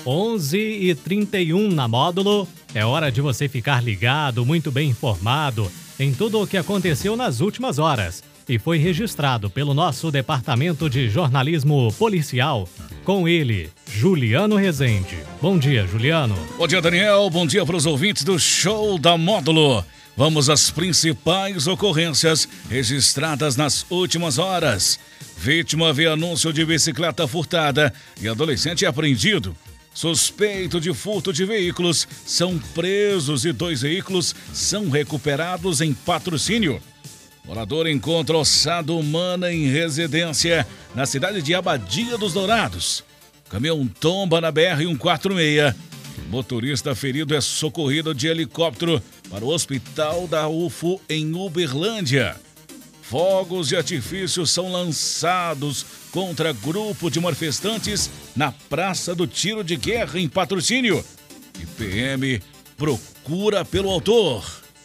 11h31 na Módulo. É hora de você ficar ligado, muito bem informado em tudo o que aconteceu nas últimas horas e foi registrado pelo nosso Departamento de Jornalismo Policial. Com ele, Juliano Rezende. Bom dia, Juliano. Bom dia, Daniel. Bom dia para os ouvintes do Show da Módulo. Vamos às principais ocorrências registradas nas últimas horas. Vítima vê anúncio de bicicleta furtada e adolescente é apreendido. Suspeito de furto de veículos são presos e 2 veículos são recuperados em Patrocínio. Morador encontra ossada humana em residência na cidade de Abadia dos Dourados. Caminhão tomba na BR-146. Motorista ferido é socorrido de helicóptero para o hospital da UFO em Uberlândia. Fogos de artifício são lançados contra grupo de manifestantes na Praça do Tiro de Guerra, em Patrocínio. E PM procura pelo autor.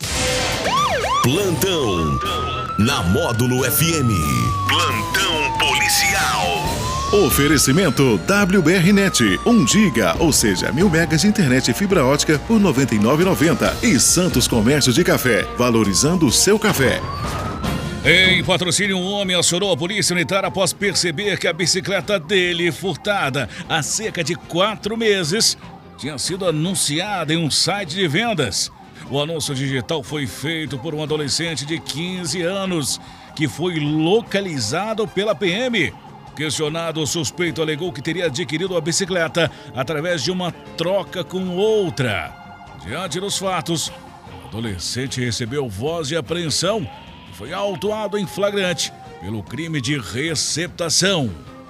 Plantão na Módulo FM. Plantão policial. Oferecimento WBRnet, 1 giga, ou seja, 1000 megas de internet e fibra ótica por R$ 99,90. E Santos Comércio de Café, valorizando o seu café. Em Patrocínio, um homem acionou a polícia militar após perceber que a bicicleta dele, furtada há cerca de 4 meses, tinha sido anunciada em um site de vendas. O anúncio digital foi feito por um adolescente de 15 anos, que foi localizado pela PM. Questionado, o suspeito alegou que teria adquirido a bicicleta através de uma troca com outra. Diante dos fatos, o adolescente recebeu voz de apreensão e foi autuado em flagrante pelo crime de receptação.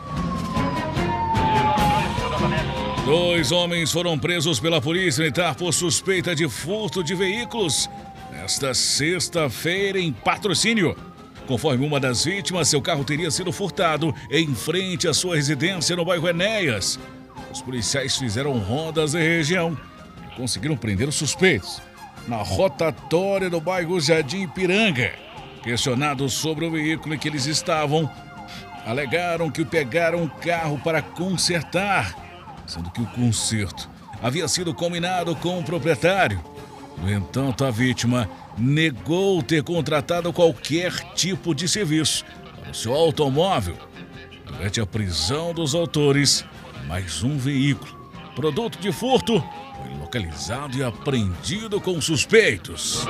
2 homens foram presos pela Polícia Militar por suspeita de furto de veículos nesta sexta-feira em Patrocínio. Conforme uma das vítimas, seu carro teria sido furtado em frente à sua residência no bairro Enéas. Os policiais fizeram rondas na região e conseguiram prender os suspeitos na rotatória do bairro Jardim Ipiranga. Questionados sobre o veículo em que eles estavam, alegaram que pegaram um carro para consertar, sendo que o conserto havia sido combinado com o proprietário. No entanto, a vítima negou ter contratado qualquer tipo de serviço para o seu automóvel. Durante a prisão dos autores, mais um veículo, produto de furto, foi localizado e apreendido com suspeitos.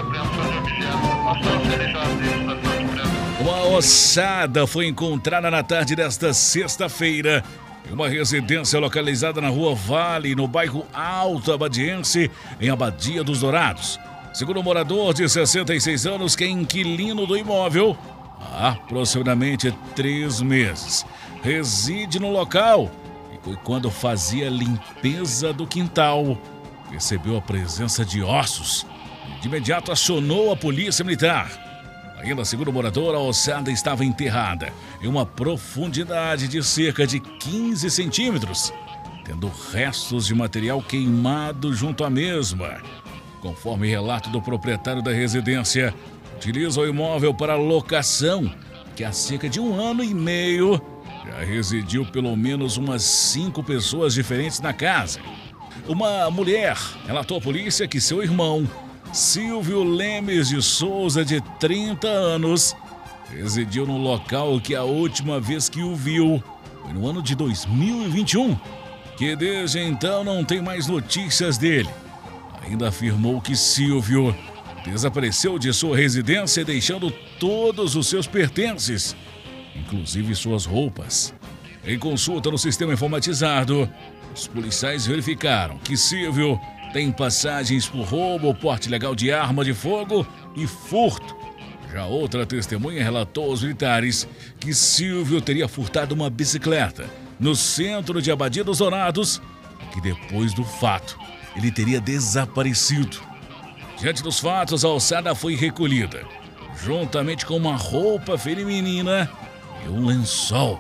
Uma ossada foi encontrada na tarde desta sexta-feira em uma residência localizada na Rua Vale, no bairro Alto Abadiense, em Abadia dos Dourados. Segundo o morador de 66 anos, que é inquilino do imóvel há aproximadamente 3 meses, reside no local e quando fazia limpeza do quintal, percebeu a presença de ossos e de imediato acionou a polícia militar. Ainda segundo o morador, a ossada estava enterrada em uma profundidade de cerca de 15 centímetros, tendo restos de material queimado junto à mesma. Conforme relato do proprietário da residência, utiliza o imóvel para locação, que há cerca de 1 ano e meio já residiu pelo menos umas 5 pessoas diferentes na casa. Uma mulher relatou à polícia que seu irmão, Silvio Lemes de Souza, de 30 anos, residiu no local que a última vez que o viu foi no ano de 2021, que desde então não tem mais notícias dele. Ainda afirmou que Silvio desapareceu de sua residência deixando todos os seus pertences, inclusive suas roupas. Em consulta no sistema informatizado, os policiais verificaram que Silvio tem passagens por roubo, porte ilegal de arma de fogo e furto. Já outra testemunha relatou aos militares que Silvio teria furtado uma bicicleta no centro de Abadia dos Dourados e que depois do fato ele teria desaparecido. Diante dos fatos, a ossada foi recolhida, juntamente com uma roupa feminina e um lençol.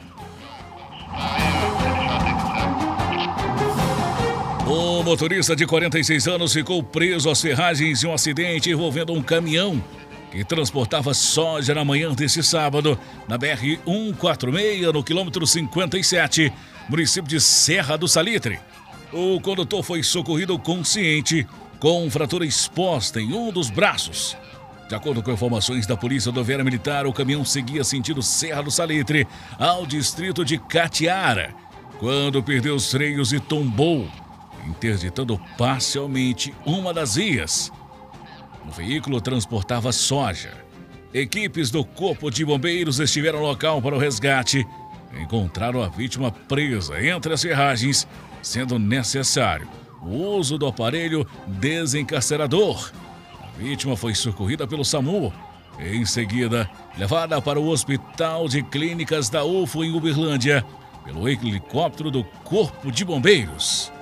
O motorista de 46 anos ficou preso às ferragens em um acidente envolvendo um caminhão que transportava soja na manhã desse sábado, na BR-146, no quilômetro 57, município de Serra do Salitre. O condutor foi socorrido consciente, com fratura exposta em um dos braços. De acordo com informações da Polícia Rodoviária Militar, o caminhão seguia sentido Serra do Salitre, ao distrito de Catiara, quando perdeu os freios e tombou, interditando parcialmente uma das vias. O veículo transportava soja. Equipes do Corpo de Bombeiros estiveram no local para o resgate. Encontraram a vítima presa entre as ferragens, sendo necessário o uso do aparelho desencarcerador. A vítima foi socorrida pelo SAMU. Em seguida, levada para o Hospital de Clínicas da UFO em Uberlândia, pelo helicóptero do Corpo de Bombeiros.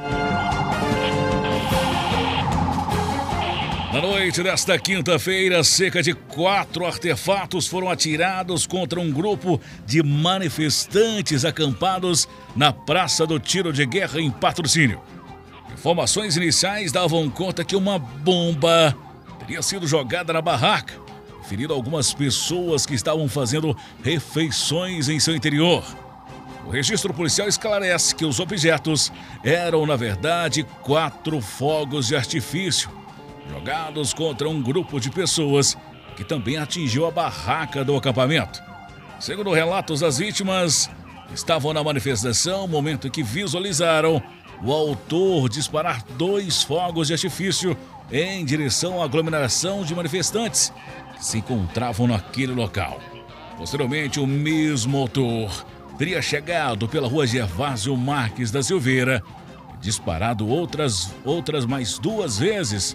Na noite desta quinta-feira, cerca de 4 artefatos foram atirados contra um grupo de manifestantes acampados na Praça do Tiro de Guerra, em Patrocínio. Informações iniciais davam conta que uma bomba teria sido jogada na barraca, ferindo algumas pessoas que estavam fazendo refeições em seu interior. O registro policial esclarece que os objetos eram, na verdade, 4 fogos de artifício, jogados contra um grupo de pessoas que também atingiu a barraca do acampamento. Segundo relatos das vítimas, estavam na manifestação no momento em que visualizaram o autor disparar 2 fogos de artifício em direção à aglomeração de manifestantes que se encontravam naquele local. Posteriormente, o mesmo autor teria chegado pela rua Gervásio Marques da Silveira e disparado outras mais 2 vezes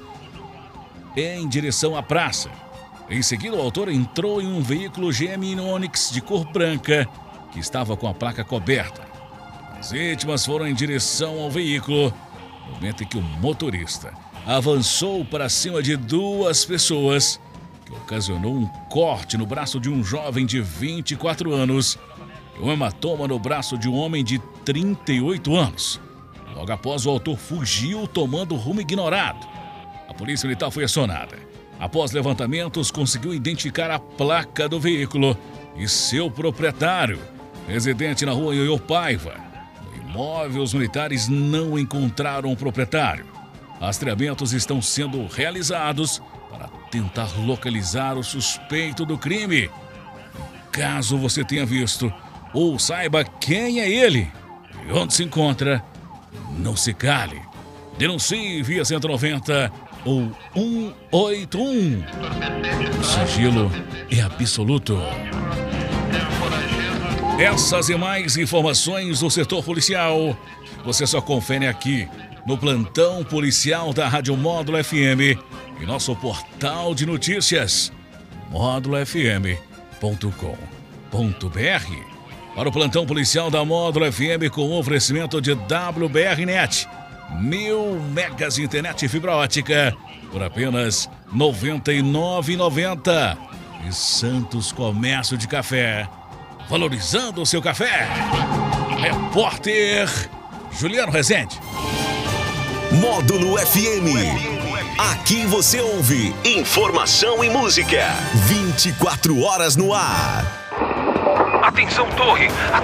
em direção à praça. Em seguida, o autor entrou em um veículo GM Onix de cor branca que estava com a placa coberta. As vítimas foram em direção ao veículo, no momento em que o motorista avançou para cima de 2 pessoas, que ocasionou um corte no braço de um jovem de 24 anos e um hematoma no braço de um homem de 38 anos. Logo após, o autor fugiu tomando rumo ignorado. A Polícia Militar foi acionada. Após levantamentos, conseguiu identificar a placa do veículo e seu proprietário, residente na rua Ioiô Paiva. No imóvel, os militares não encontraram o proprietário. Rastreamentos estão sendo realizados para tentar localizar o suspeito do crime. Caso você tenha visto ou saiba quem é ele e onde se encontra, não se cale. Denuncie via 190 ou 181. O sigilo é absoluto. Essas e mais informações do setor policial você só confere aqui no Plantão Policial da Rádio Módulo FM e nosso portal de notícias módulofm.com.br. Para o Plantão Policial da Módulo FM com oferecimento de WBRnet, 1000 megas de internet e fibra ótica por apenas R$ 99,90. E Santos Comércio de Café, valorizando o seu café. Repórter Juliano Rezende. Módulo FM. Aqui você ouve informação e música. 24 horas no ar. Atenção, torre!